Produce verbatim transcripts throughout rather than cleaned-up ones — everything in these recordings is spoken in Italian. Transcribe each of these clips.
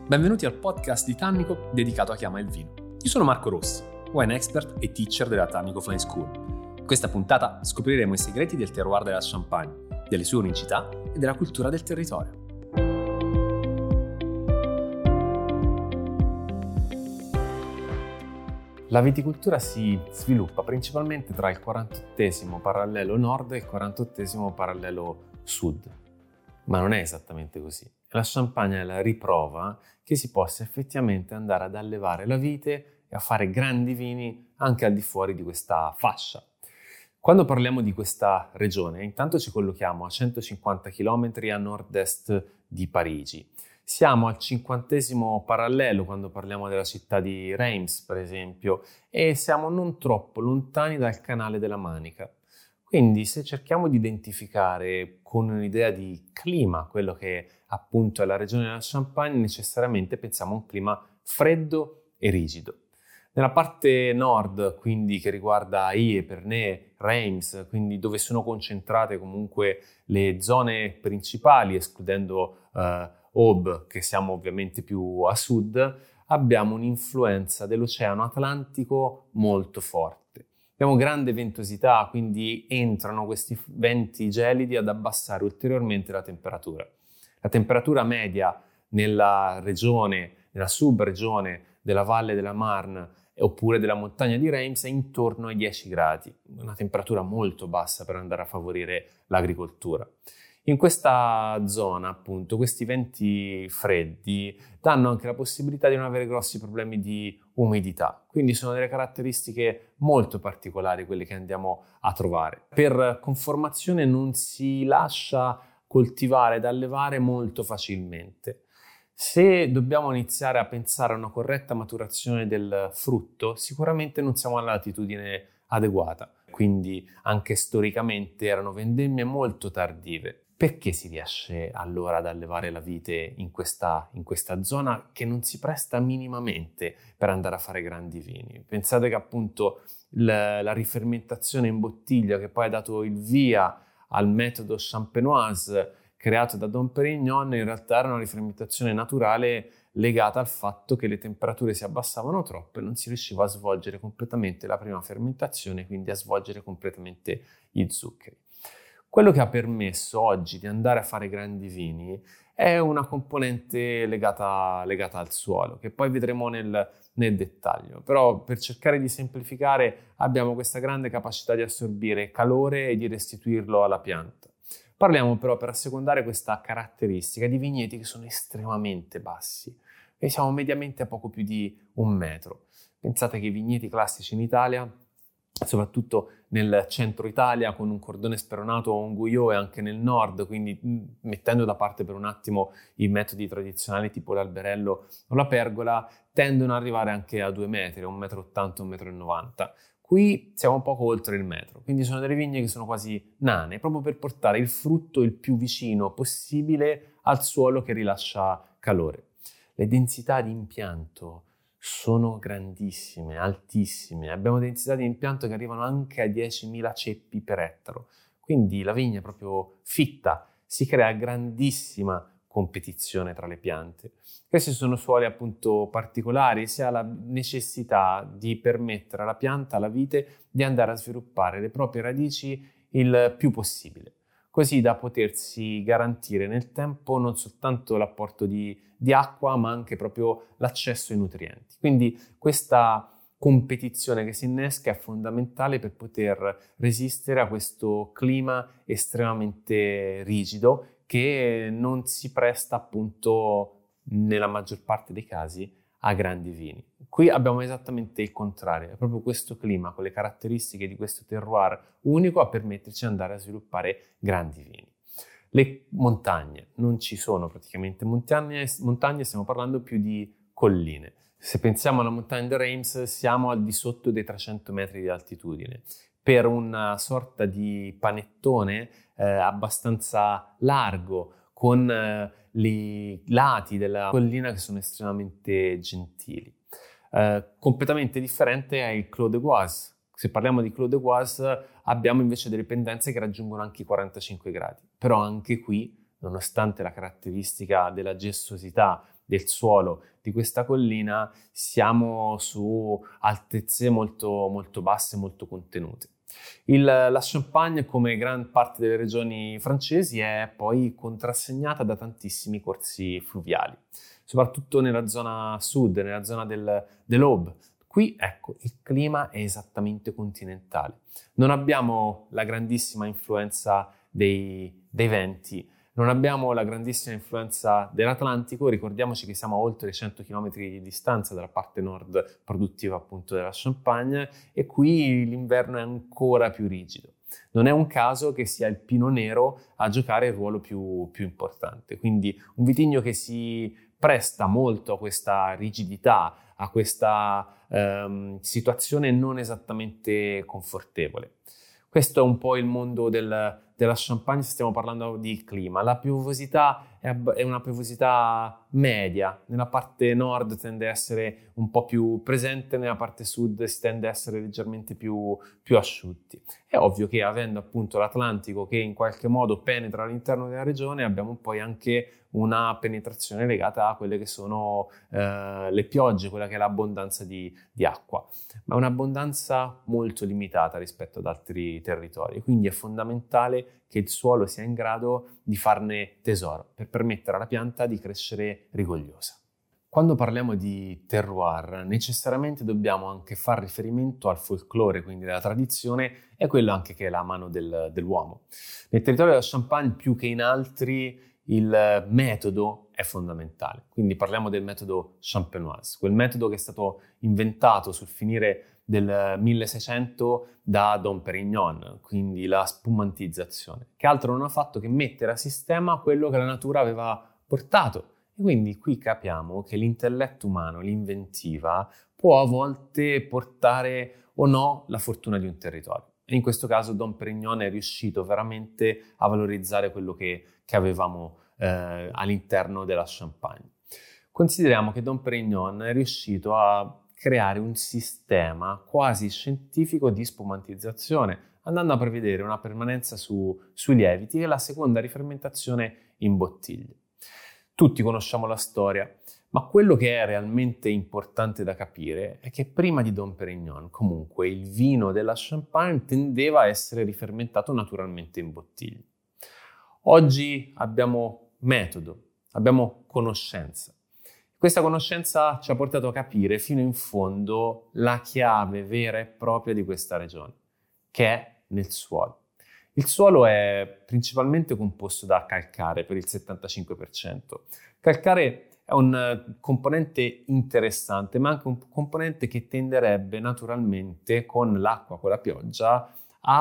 Benvenuti al podcast di Tannico dedicato a chi ama il vino. Io sono Marco Rossi, wine expert e teacher della Tannico Flying School. In questa puntata scopriremo i segreti del terroir della Champagne, delle sue unicità e della cultura del territorio. La viticoltura si sviluppa principalmente tra il quarantottesimo parallelo nord e il quarantottesimo parallelo sud, ma non è esattamente così. La Champagne è la riprova che si possa effettivamente andare ad allevare la vite e a fare grandi vini anche al di fuori di questa fascia. Quando parliamo di questa regione, intanto ci collochiamo a centocinquanta chilometri a nord-est di Parigi. Siamo al cinquantesimo parallelo quando parliamo della città di Reims, per esempio, e siamo non troppo lontani dal canale della Manica. Quindi se cerchiamo di identificare con un'idea di clima quello che appunto è la regione della Champagne, necessariamente pensiamo a un clima freddo e rigido. Nella parte nord, quindi che riguarda Aix, Epernay, Reims, quindi dove sono concentrate comunque le zone principali, escludendo eh, Aube, che siamo ovviamente più a sud, abbiamo un'influenza dell'Oceano Atlantico molto forte. Abbiamo grande ventosità, quindi entrano questi venti gelidi ad abbassare ulteriormente la temperatura. La temperatura media nella regione, nella subregione della Valle della Marne oppure della montagna di Reims è intorno ai dieci gradi, una temperatura molto bassa per andare a favorire l'agricoltura. In questa zona, appunto, questi venti freddi danno anche la possibilità di non avere grossi problemi di umidità, quindi sono delle caratteristiche molto particolari quelle che andiamo a trovare. Per conformazione non si lascia coltivare ed allevare molto facilmente. Se dobbiamo iniziare a pensare a una corretta maturazione del frutto, sicuramente non siamo alla latitudine adeguata, quindi anche storicamente erano vendemmie molto tardive. Perché si riesce allora ad allevare la vite in questa, in questa zona che non si presta minimamente per andare a fare grandi vini? Pensate che appunto la, la rifermentazione in bottiglia che poi ha dato il via al metodo champenoise creato da Dom Pérignon in realtà era una rifermentazione naturale legata al fatto che le temperature si abbassavano troppo e non si riusciva a svolgere completamente la prima fermentazione, quindi a svolgere completamente gli zuccheri. Quello che ha permesso oggi di andare a fare grandi vini è una componente legata, legata al suolo, che poi vedremo nel, nel dettaglio. Però per cercare di semplificare abbiamo questa grande capacità di assorbire calore e di restituirlo alla pianta. Parliamo però per assecondare questa caratteristica di vigneti che sono estremamente bassi e siamo mediamente a poco più di un metro. Pensate che i vigneti classici in Italia, soprattutto nel centro Italia con un cordone speronato o un Guyot e anche nel nord, quindi mettendo da parte per un attimo i metodi tradizionali tipo l'alberello o la pergola, tendono ad arrivare anche a due metri, a un metro e ottanta, un metro e novanta. Qui siamo poco oltre il metro, quindi sono delle vigne che sono quasi nane, proprio per portare il frutto il più vicino possibile al suolo che rilascia calore. Le densità di impianto sono grandissime, altissime. Abbiamo densità di impianto che arrivano anche a diecimila ceppi per ettaro. Quindi la vigna è proprio fitta, si crea grandissima competizione tra le piante. Questi sono suoli appunto particolari, si ha la necessità di permettere alla pianta, alla vite, di andare a sviluppare le proprie radici il più possibile, così da potersi garantire nel tempo non soltanto l'apporto di, di acqua, ma anche proprio l'accesso ai nutrienti. Quindi questa competizione che si innesca è fondamentale per poter resistere a questo clima estremamente rigido che non si presta appunto nella maggior parte dei casi a grandi vini. Qui abbiamo esattamente il contrario, è proprio questo clima con le caratteristiche di questo terroir unico a permetterci di andare a sviluppare grandi vini. Le montagne, non ci sono praticamente montagne, montagne stiamo parlando più di colline. Se pensiamo alla montagna di Reims siamo al di sotto dei trecento metri di altitudine. Per una sorta di panettone eh, abbastanza largo con eh, i lati della collina che sono estremamente gentili. Eh, completamente differente è il Clos de Goise. Se parliamo di Clos de Goise abbiamo invece delle pendenze che raggiungono anche i quarantacinque gradi, però anche qui, nonostante la caratteristica della gessosità del suolo di questa collina siamo su altezze molto, molto basse, molto contenute. Il, la Champagne, come gran parte delle regioni francesi, è poi contrassegnata da tantissimi corsi fluviali, soprattutto nella zona sud, nella zona del, dell'Aube. Qui, ecco, il clima è esattamente continentale. Non abbiamo la grandissima influenza dei, dei venti, non abbiamo la grandissima influenza dell'Atlantico. Ricordiamoci che siamo a oltre cento chilometri di distanza dalla parte nord produttiva appunto della Champagne, e qui l'inverno è ancora più rigido. Non è un caso che sia il Pinot Nero a giocare il ruolo più, più importante. Quindi un vitigno che si presta molto a questa rigidità, a questa ehm, situazione non esattamente confortevole. Questo è un po' il mondo del, della Champagne se stiamo parlando di clima. La piovosità è, è una piovosità media, nella parte nord tende a essere un po' più presente, nella parte sud si tende a essere leggermente più, più asciutti. È ovvio che avendo appunto l'Atlantico che in qualche modo penetra all'interno della regione, abbiamo poi anche una penetrazione legata a quelle che sono eh, le piogge, quella che è l'abbondanza di, di acqua, ma un'abbondanza molto limitata rispetto ad altri territori, quindi è fondamentale che il suolo sia in grado di farne tesoro per permettere alla pianta di crescere rigogliosa. Quando parliamo di terroir, necessariamente dobbiamo anche fare riferimento al folklore, quindi alla tradizione, e quello anche che è la mano del, dell'uomo. Nel territorio della Champagne, più che in altri, il metodo è fondamentale. Quindi parliamo del metodo champenoise, quel metodo che è stato inventato sul finire del milleseicento da Dom Pérignon, quindi la spumantizzazione, che altro non ha fatto che mettere a sistema quello che la natura aveva portato. E quindi qui capiamo che l'intelletto umano, l'inventiva, può a volte portare o no la fortuna di un territorio. E in questo caso Dom Pérignon è riuscito veramente a valorizzare quello che, che avevamo eh, all'interno della Champagne. Consideriamo che Dom Pérignon è riuscito a creare un sistema quasi scientifico di spumantizzazione, andando a prevedere una permanenza su, sui lieviti e la seconda rifermentazione in bottiglie. Tutti conosciamo la storia, ma quello che è realmente importante da capire è che prima di Dom Pérignon, comunque, il vino della Champagne tendeva a essere rifermentato naturalmente in bottiglie. Oggi abbiamo metodo, abbiamo conoscenza. Questa conoscenza ci ha portato a capire fino in fondo la chiave vera e propria di questa regione, che è nel suolo. Il suolo è principalmente composto da calcare per il settantacinque per cento. Calcare è un componente interessante, ma anche un componente che tenderebbe naturalmente con l'acqua, con la pioggia,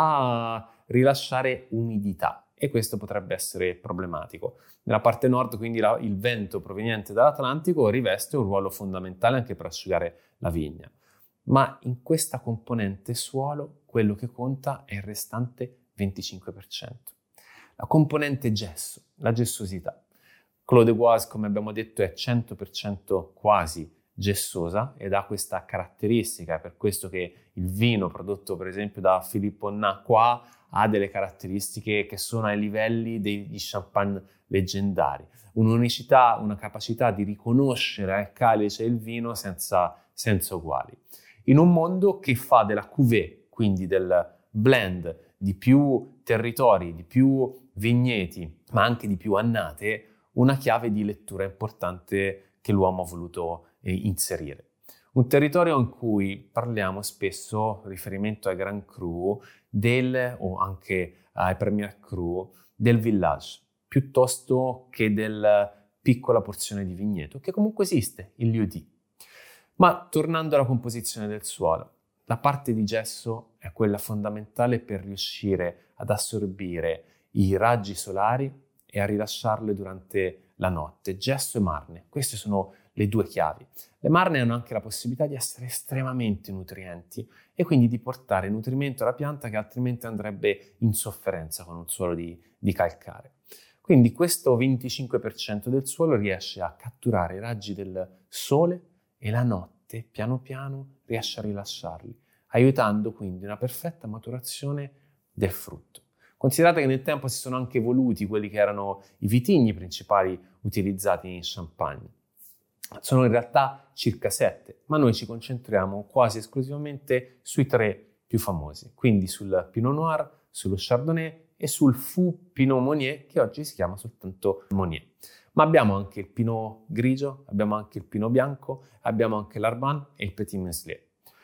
a rilasciare umidità. E questo potrebbe essere problematico. Nella parte nord, quindi, la, il vento proveniente dall'Atlantico riveste un ruolo fondamentale anche per asciugare la vigna. Ma in questa componente suolo, quello che conta è il restante venticinque per cento. La componente gesso, la gessosità. Clos de Goise, come abbiamo detto, è cento per cento quasi gessosa ed ha questa caratteristica. È per questo che il vino prodotto per esempio da Philippe Onnat qua ha delle caratteristiche che sono ai livelli degli champagne leggendari. Un'unicità, una capacità di riconoscere il calice e il vino senza, senza uguali. In un mondo che fa della cuvée, quindi del blend di più territori, di più vigneti, ma anche di più annate, una chiave di lettura importante che l'uomo ha voluto eh, inserire. Un territorio in cui parliamo spesso, riferimento ai Grand Cru, del, o anche ai Premier Cru, del village, piuttosto che della piccola porzione di vigneto, che comunque esiste, il lieu-dit. Ma tornando alla composizione del suolo, la parte di gesso è quella fondamentale per riuscire ad assorbire i raggi solari e a rilasciarle durante la notte. Gesso e marne, queste sono le due chiavi. Le marne hanno anche la possibilità di essere estremamente nutrienti e quindi di portare nutrimento alla pianta che altrimenti andrebbe in sofferenza con un suolo di, di calcare. Quindi questo venticinque per cento del suolo riesce a catturare i raggi del sole e la notte, piano piano, riesce a rilasciarli, aiutando quindi una perfetta maturazione del frutto. Considerate che nel tempo si sono anche evoluti quelli che erano i vitigni principali utilizzati in Champagne. Sono in realtà circa sette, ma noi ci concentriamo quasi esclusivamente sui tre più famosi, quindi sul Pinot Noir, sullo Chardonnay e sul Fou Pinot Meunier, che oggi si chiama soltanto Meunier. Ma abbiamo anche il Pinot grigio, abbiamo anche il Pinot bianco, abbiamo anche l'Arbane e il Petit Meuslier.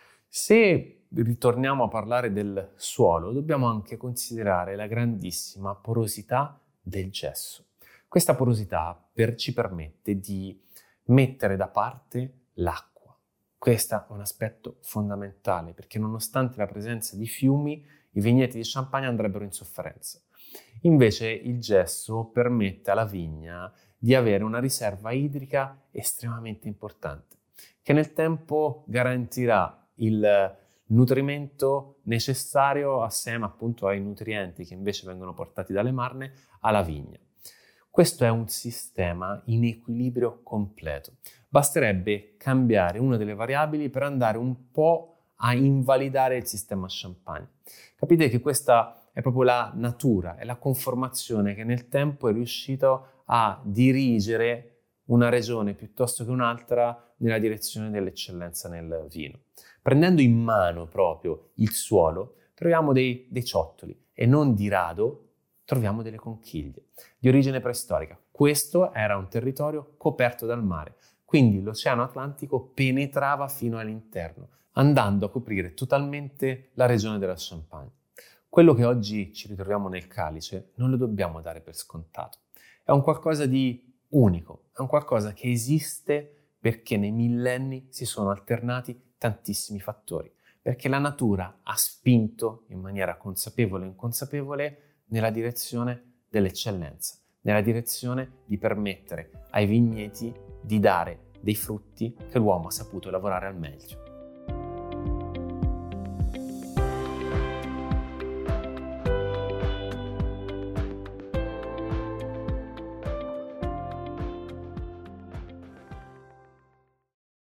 Se ritorniamo a parlare del suolo, dobbiamo anche considerare la grandissima porosità del gesso. Questa porosità per, ci permette di mettere da parte l'acqua. Questo è un aspetto fondamentale, perché nonostante la presenza di fiumi, i vigneti di Champagne andrebbero in sofferenza. Invece il gesso permette alla vigna di avere una riserva idrica estremamente importante, che nel tempo garantirà il nutrimento necessario assieme appunto ai nutrienti che invece vengono portati dalle marne alla vigna. Questo è un sistema in equilibrio completo. Basterebbe cambiare una delle variabili per andare un po' a invalidare il sistema Champagne. Capite che questa è proprio la natura, è la conformazione che nel tempo è riuscito a dirigere una regione piuttosto che un'altra nella direzione dell'eccellenza nel vino. Prendendo in mano proprio il suolo, troviamo dei, dei ciottoli e non di rado troviamo delle conchiglie di origine preistorica. Questo era un territorio coperto dal mare, quindi l'Oceano Atlantico penetrava fino all'interno, andando a coprire totalmente la regione della Champagne. Quello che oggi ci ritroviamo nel calice non lo dobbiamo dare per scontato. È un qualcosa di unico, è un qualcosa che esiste perché nei millenni si sono alternati tantissimi fattori, perché la natura ha spinto in maniera consapevole e inconsapevole nella direzione dell'eccellenza, nella direzione di permettere ai vigneti di dare dei frutti che l'uomo ha saputo lavorare al meglio.